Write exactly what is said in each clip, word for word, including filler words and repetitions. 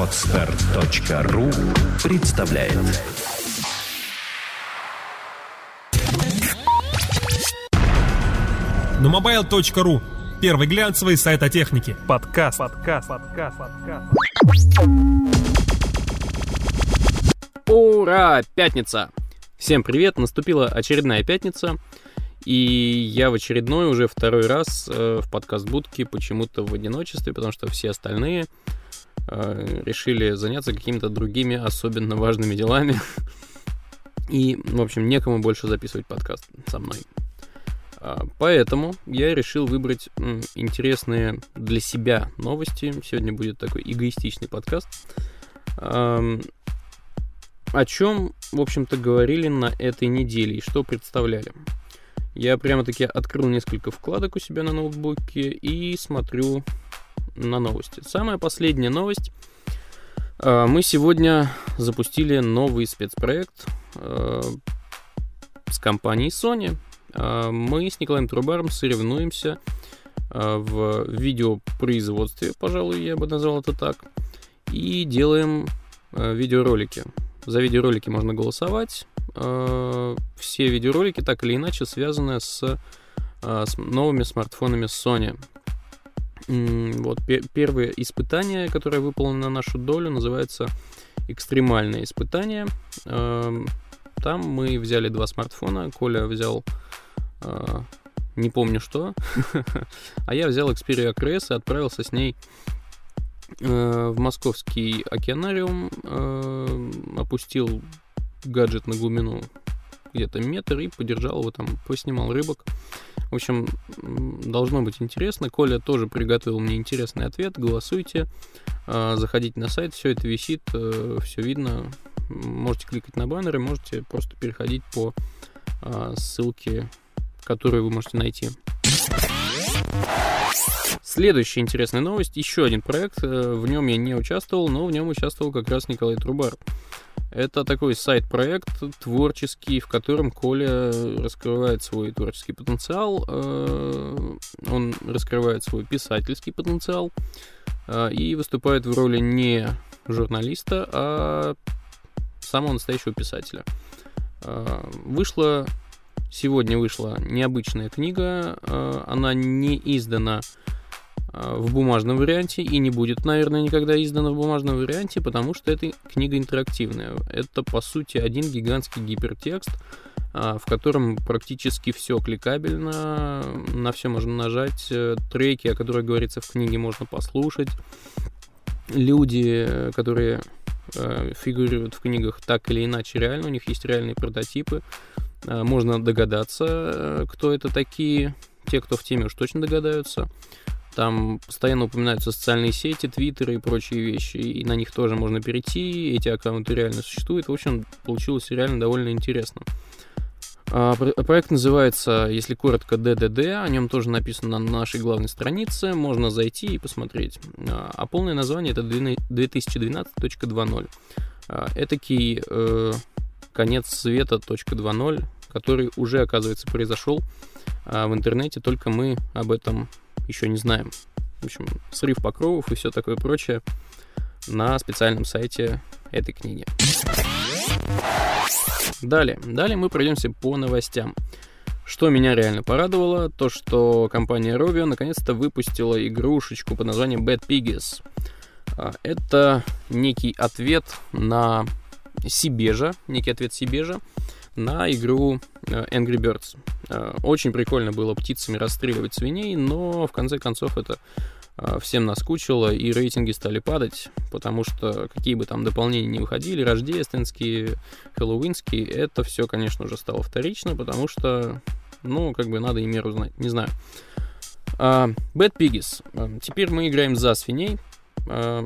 Подстер точка ру представляет. Numobile точка ру. Первый глянцевый сайт о технике. Подкаст. Подкаст. Подкаст. Подкаст. Ура! Пятница! Всем привет! Наступила очередная пятница. И я в очередной уже второй раз э, в подкаст-будке почему-то в одиночестве, потому что все остальные э, решили заняться какими-то другими особенно важными делами. И, в общем, некому больше записывать подкаст со мной. Поэтому я решил выбрать интересные для себя новости. Сегодня будет такой эгоистичный подкаст. О чем, в общем-то, говорили на этой неделе и что представляли. Я прямо-таки открыл несколько вкладок у себя на ноутбуке и смотрю на новости. Самая последняя новость. Мы сегодня запустили новый спецпроект с компанией Sony. Мы с Николаем Трубаром соревнуемся в видеопроизводстве, пожалуй, я бы назвал это так, и делаем видеоролики. За видеоролики можно голосовать. Все видеоролики так или иначе связаны с, с новыми смартфонами Sony. Вот, первое испытание, которое выполнено на нашу долю, называется экстремальное испытание. Там мы взяли два смартфона. Коля взял э, не помню что, а я взял Xperia эй эс и отправился с ней э, в московский океанариум, э, опустил гаджет на глубину где-то метр и подержал его там, поснимал рыбок. В общем, должно быть интересно. Коля тоже приготовил мне интересный ответ. Голосуйте, э, заходите на сайт, все это висит, э, все видно. Можете кликать на баннеры, можете просто переходить по э, ссылке, которую вы можете найти. Следующая интересная новость. Еще один проект. В нем я не участвовал, но в нем участвовал как раз Николай Трубар. Это такой сайт-проект творческий, в котором Коля раскрывает свой творческий потенциал. Э, он раскрывает свой писательский потенциал э, и выступает в роли не журналиста, а самого настоящего писателя. Вышла, сегодня вышла необычная книга, она не издана в бумажном варианте и не будет, наверное, никогда издана в бумажном варианте, потому что эта книга интерактивная. Это, по сути, один гигантский гипертекст, в котором практически все кликабельно, на все можно нажать, треки, о которых говорится в книге, можно послушать. Люди, которые фигурируют в книгах так или иначе реально, у них есть реальные прототипы. Можно догадаться, кто это такие. Те, кто в теме, уж точно догадаются. Там постоянно упоминаются социальные сети, твиттеры и прочие вещи, и на них тоже можно перейти. Эти аккаунты реально существуют. В общем, получилось реально довольно интересно. Проект называется, если коротко, ди ди ди, о нем тоже написано на нашей главной странице, можно зайти и посмотреть. А полное название это две тысячи двенадцать точка два ноль. Этакий э, конец света точка два ноль, который уже, оказывается, произошел а в интернете, только мы об этом еще не знаем. В общем, срыв покровов и все такое прочее на специальном сайте этой книги. Далее, далее мы пройдемся по новостям. Что меня реально порадовало, то что компания Rovio наконец-то выпустила игрушечку под названием Bad Piggies. Это некий ответ на Сибежа, некий ответ Сибежа на игру Angry Birds. Очень прикольно было птицами расстреливать свиней, но в конце концов это всем наскучило, и рейтинги стали падать, потому что какие бы там дополнения ни выходили, рождественские, хэллоуинские, это все, конечно, уже стало вторично, потому что, ну, как бы надо и меру знать, не знаю. Uh, Bad Piggies. Uh, теперь мы играем за свиней. Uh,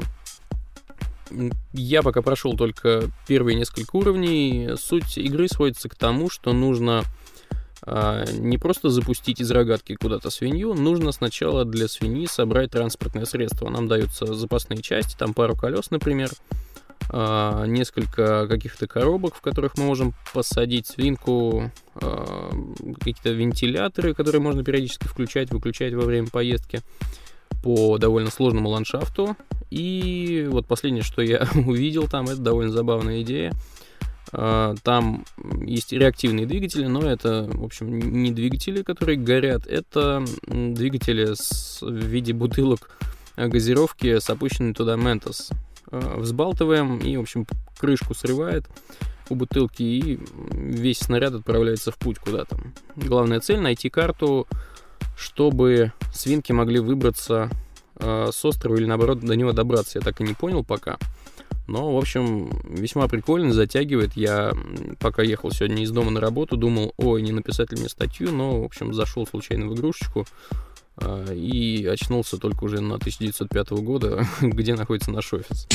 я пока прошел только первые несколько уровней. Суть игры сводится к тому, что нужно не просто запустить из рогатки куда-то свинью, нужно сначала для свиньи собрать транспортное средство. Нам даются запасные части, там пару колес, например, несколько каких-то коробок, в которых мы можем посадить свинку, какие-то вентиляторы, которые можно периодически включать, выключать во время поездки по довольно сложному ландшафту, И вот последнее, что я увидел там, это довольно забавная идея. Там есть реактивные двигатели, но это, в общем, не двигатели, которые горят, это двигатели с, в виде бутылок газировки с опущенной туда Mentos. Взбалтываем, и, в общем, крышку срывает у бутылки, и весь снаряд отправляется в путь куда-то. Главная цель — найти карту, чтобы свинки могли выбраться с острова или, наоборот, до него добраться. Я так и не понял пока. Но, в общем, весьма прикольно, затягивает. Я, пока ехал сегодня из дома на работу, думал, ой, не написать ли мне статью, но, в общем, зашел случайно в игрушечку э, и очнулся только уже на тысяча девятьсот пятого года, где находится наш офис.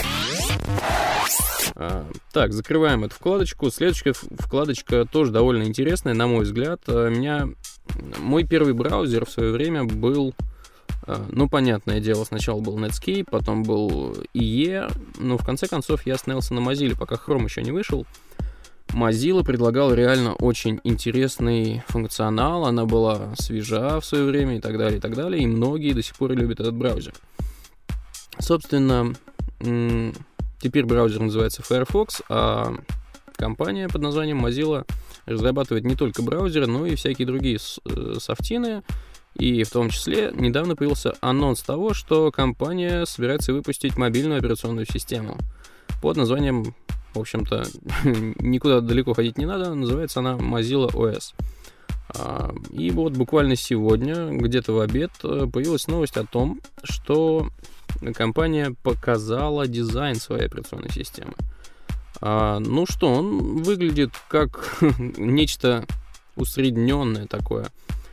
А, так, закрываем эту вкладочку. Следующая вкладочка тоже довольно интересная, на мой взгляд. А, меня... Мой первый браузер в свое время был... Ну, понятное дело, сначала был Netscape, потом был и и, но в конце концов я остановился на Mozilla, пока Chrome еще не вышел. Mozilla предлагала реально очень интересный функционал, она была свежа в свое время и так далее, и так далее, и многие до сих пор любят этот браузер. Собственно, теперь браузер называется Firefox, а компания под названием Mozilla разрабатывает не только браузеры, но и всякие другие софтины. И в том числе недавно появился анонс того, что компания собирается выпустить мобильную операционную систему под названием, в общем-то, никуда далеко ходить не надо, называется она Mozilla о эс. И вот буквально сегодня, где-то в обед, появилась новость о том, что компания показала дизайн своей операционной системы. Ну что, он выглядит как нечто усредненное такое.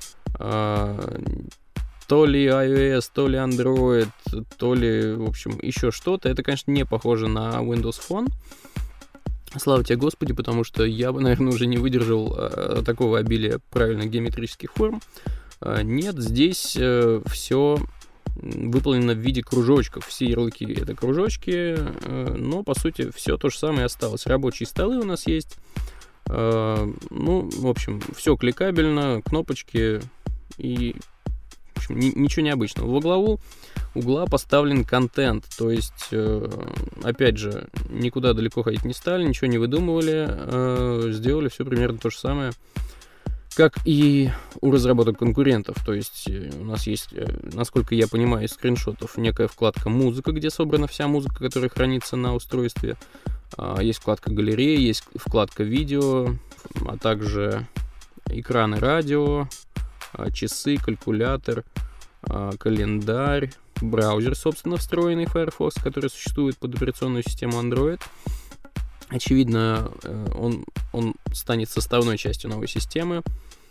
То ли iOS, то ли Android, то ли, в общем, еще что-то. Это, конечно, не похоже на Windows Phone. Слава тебе, Господи, потому что я бы, наверное, уже не выдержал а, такого обилия правильных геометрических форм. А, нет, здесь а, все выполнено в виде кружочков. Все ярлыки — это кружочки, а, но, по сути, все то же самое осталось. Рабочие столы у нас есть. А, ну, в общем, все кликабельно, кнопочки... И, в общем, ни, ничего необычного. Во главу угла поставлен контент. То есть, э, опять же, никуда далеко ходить не стали, ничего не выдумывали. Э, сделали все примерно то же самое, как и у разработок конкурентов. То есть, у нас есть, насколько я понимаю, из скриншотов некая вкладка «Музыка», где собрана вся музыка, которая хранится на устройстве. Э, есть вкладка «Галерея», есть вкладка «Видео», а также экраны радио, часы, калькулятор, календарь, браузер, собственно, встроенный Firefox, который существует под операционную систему Android. Очевидно, он, он станет составной частью новой системы.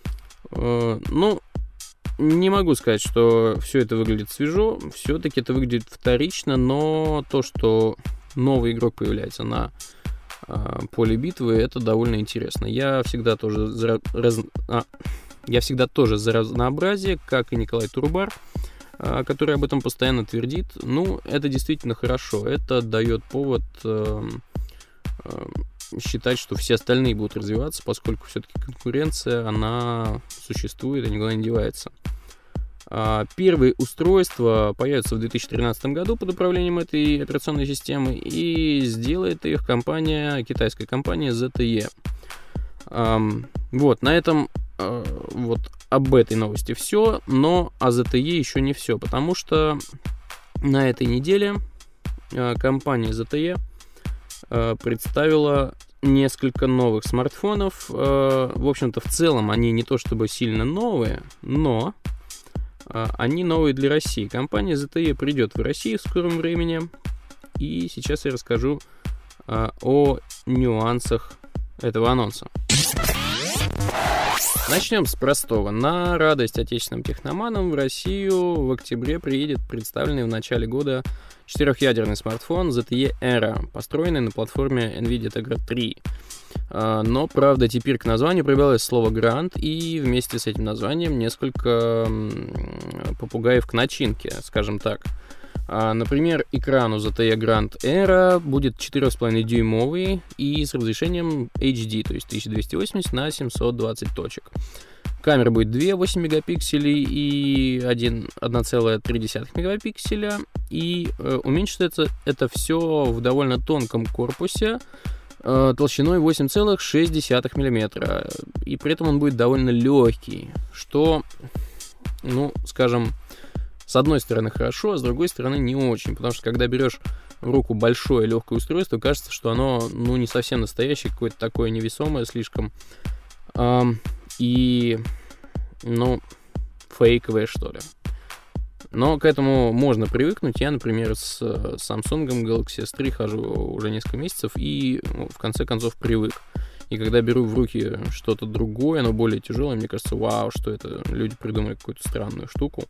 Ну, не могу сказать, что все это выглядит свежо. Все-таки это выглядит вторично, но то, что новый игрок появляется на поле битвы, это довольно интересно. Я всегда тоже за... раз... а... Я всегда тоже за разнообразие, как и Николай Турбар, который об этом постоянно твердит. Ну, это действительно хорошо. Это дает повод э, э, считать, что все остальные будут развиваться, поскольку все-таки конкуренция, она существует и никуда не девается. А первые устройства появятся в две тысячи тринадцатом году под управлением этой операционной системы, и сделает их компания, китайская компания зет ти и. А, вот, на этом вот об этой новости все, но о зет ти и еще не все, потому что на этой неделе компания зет ти и представила несколько новых смартфонов. В общем-то, в целом они не то чтобы сильно новые, но они новые для России. Компания зет ти и придет в Россию в скором времени, и сейчас я расскажу о нюансах этого анонса. Начнем с простого. На радость отечественным техноманам в Россию в октябре приедет представленный в начале года четырехъядерный смартфон зет ти и Era, построенный на платформе NVIDIA Tegra три. Но, правда, теперь к названию прибавилось слово Grand, и вместе с этим названием несколько попугаев к начинке, скажем так. Например, экран у зет ти и Grand Era будет четыре с половиной дюймовый и с разрешением эйч ди, то есть тысяча двести восемьдесят на семьсот двадцать точек. Камера будет две восемь мегапикселей и одна целая три десятых мегапикселя. И э, уменьшится это, это все в довольно тонком корпусе э, толщиной восемь целых шесть десятых миллиметра. И при этом он будет довольно легкий, что, ну, скажем, с одной стороны хорошо, а с другой стороны не очень. Потому что когда берешь в руку большое легкое устройство, кажется, что оно, ну, не совсем настоящее, какое-то такое невесомое слишком. Э, И, ну, фейковые, что ли. Но к этому можно привыкнуть. Я, например, с Samsung Galaxy эс три хожу уже несколько месяцев и, ну, в конце концов, привык. И когда беру в руки что-то другое, но более тяжелое, мне кажется, вау, что это люди придумали какую-то странную штуку.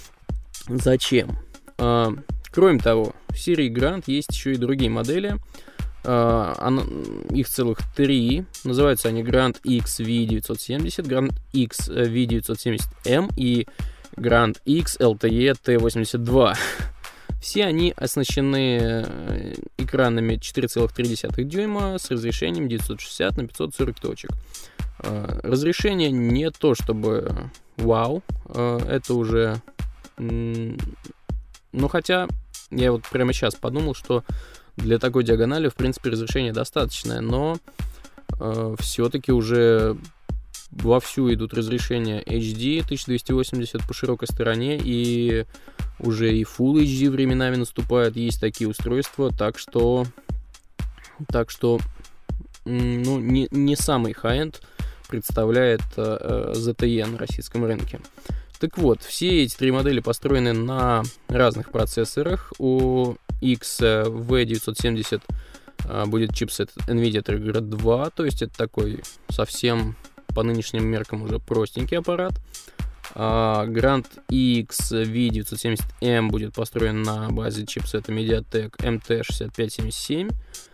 Зачем? А, кроме того, в серии Grand есть еще и другие модели. Uh, она, их целых три. Называются они Grand X ви девятьсот семьдесят, Grand X ви девятьсот семьдесят эм и Grand X эл ти и ти восемьдесят два. Все они оснащены экранами четыре целых три десятых дюйма с разрешением девятьсот шестьдесят на пятьсот сорок точек. Uh, разрешение не то чтобы вау, uh, это уже... Mm, ну, хотя я вот прямо сейчас подумал, что для такой диагонали, в принципе, разрешение достаточное, но э, все-таки уже вовсю идут разрешения эйч ди тысяча двести восемьдесят по широкой стороне, и уже и Full эйч ди временами наступает, есть такие устройства, так что, так что ну, не, не самый хай-энд представляет э, зет ти и на российском рынке. Так вот, все эти три модели построены на разных процессорах. У X ви девятьсот семьдесят а, будет чипсет NVIDIA Tegra два, то есть это такой совсем по нынешним меркам уже простенький аппарат. А, Grand X ви девятьсот семьдесят эм будет построен на базе чипсета MediaTek эм ти шестьдесят пять семьдесят семь,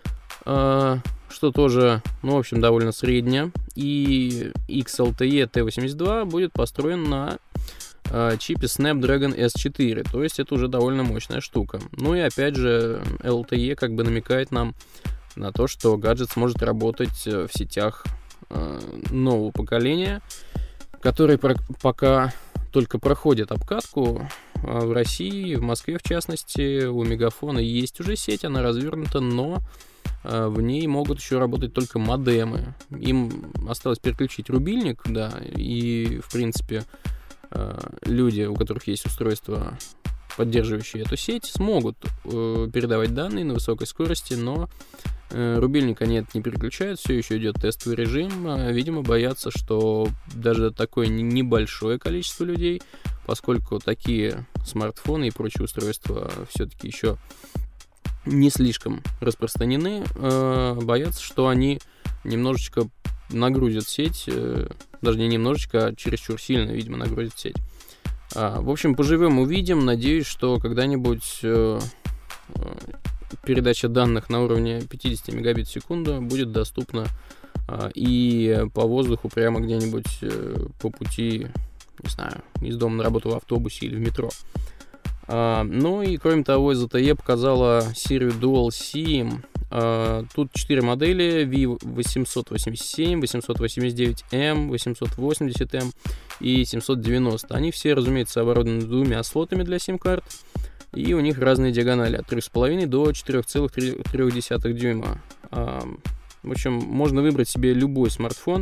а, что тоже, ну, в общем, довольно среднее. И икс эл ти и ти восемьдесят два будет построен на чипе Snapdragon эс четыре, то есть это уже довольно мощная штука. Ну и опять же, эл ти и как бы намекает нам на то, что гаджет сможет работать в сетях э, нового поколения, которые про- пока только проходят обкатку. А в России, в Москве в частности, у Мегафона есть уже сеть, она развернута, но э, в ней могут еще работать только модемы. Им осталось переключить рубильник, да, и в принципе люди, у которых есть устройства, поддерживающие эту сеть, смогут э, передавать данные на высокой скорости, но э, рубильник они это не переключают, все еще идет тестовый режим. А, видимо, боятся, что даже такое небольшое количество людей, поскольку такие смартфоны и прочие устройства все-таки еще не слишком распространены, э, боятся, что они немножечко нагрузят сеть, э, даже не немножечко, а чересчур сильно, видимо, нагрузит сеть. А, в общем, поживем, увидим. Надеюсь, что когда-нибудь э, э, передача данных на уровне пятьдесят мегабит в секунду будет доступна э, и по воздуху прямо где-нибудь э, по пути, не знаю, из дома на работу в автобусе или в метро. А, ну и кроме того, зет ти и показала серию Dual SIM. Uh, тут четыре модели: ви восемьсот восемьдесят семь, восемьсот восемьдесят девять эм, восемьсот восемьдесят эм и семьсот девяносто. Они все, разумеется, оборудованы двумя слотами для сим-карт, и у них разные диагонали от три с половиной до четыре целых три десятых дюйма. Uh, в общем, можно выбрать себе любой смартфон.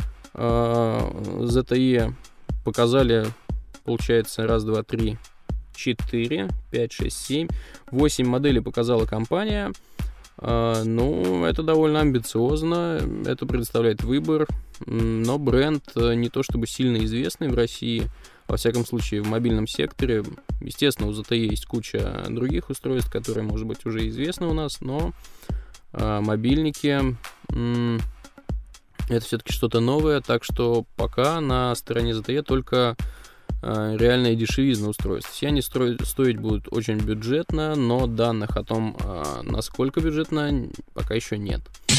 Uh, зет ти и показали, получается, раз, два, три, четыре, пять, шесть, семь, восемь моделей показала компания. Uh, ну, это довольно амбициозно, это предоставляет выбор, но бренд не то чтобы сильно известный в России, во всяком случае в мобильном секторе. Естественно, у зет ти и есть куча других устройств, которые, может быть, уже известны у нас, но uh, мобильники м- это все-таки что-то новое, так что пока на стороне зет ти и только реальная дешевизна устройств. Все они строить, стоить будут очень бюджетно, но данных о том, насколько бюджетно, пока еще нет.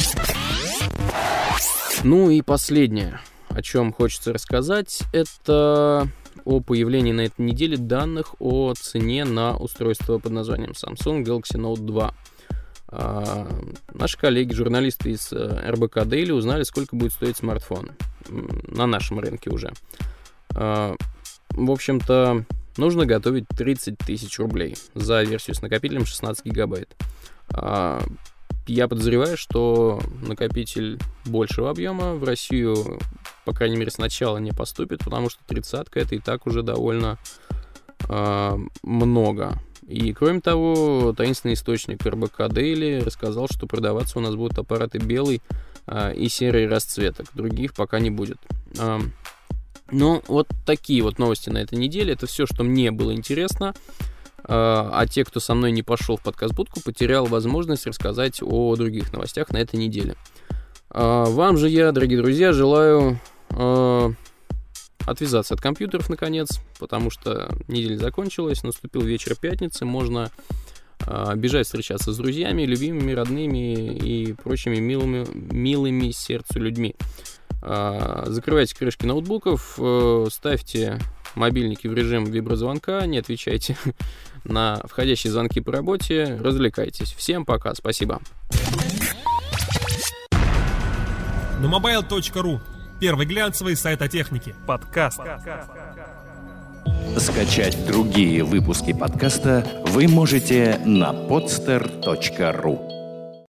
Ну и последнее, о чем хочется рассказать, это о появлении на этой неделе данных о цене на устройство под названием Samsung Galaxy Note два. Наши коллеги, журналисты из эр бэ ка Daily узнали, сколько будет стоить смартфон на нашем рынке уже. В общем-то, нужно готовить тридцать тысяч рублей за версию с накопителем шестнадцать гигабайт. Я подозреваю, что накопитель большего объема в Россию, по крайней мере, сначала не поступит, потому что тридцатка это и так уже довольно э, много. И, кроме того, таинственный источник эр бэ ка Daily рассказал, что продаваться у нас будут аппараты белый э, и серый расцветок. Других пока не будет. Э, ну, вот такие вот новости на этой неделе. Это все, что мне было интересно. А те, кто со мной не пошел в подкаст-будку, потерял возможность рассказать о других новостях на этой неделе. Вам же я, дорогие друзья, желаю отвязаться от компьютеров наконец, потому что неделя закончилась, наступил вечер пятницы, можно бежать встречаться с друзьями, любимыми, родными и прочими милыми, милыми сердцу людьми. Закрывайте крышки ноутбуков, ставьте мобильники в режим виброзвонка, не отвечайте на входящие звонки по работе, развлекайтесь. Всем пока, спасибо. на мобайл точка ру. Первый глянцевый сайт о технике. Подкаст. Скачать другие выпуски подкаста вы можете на подстер точка ру.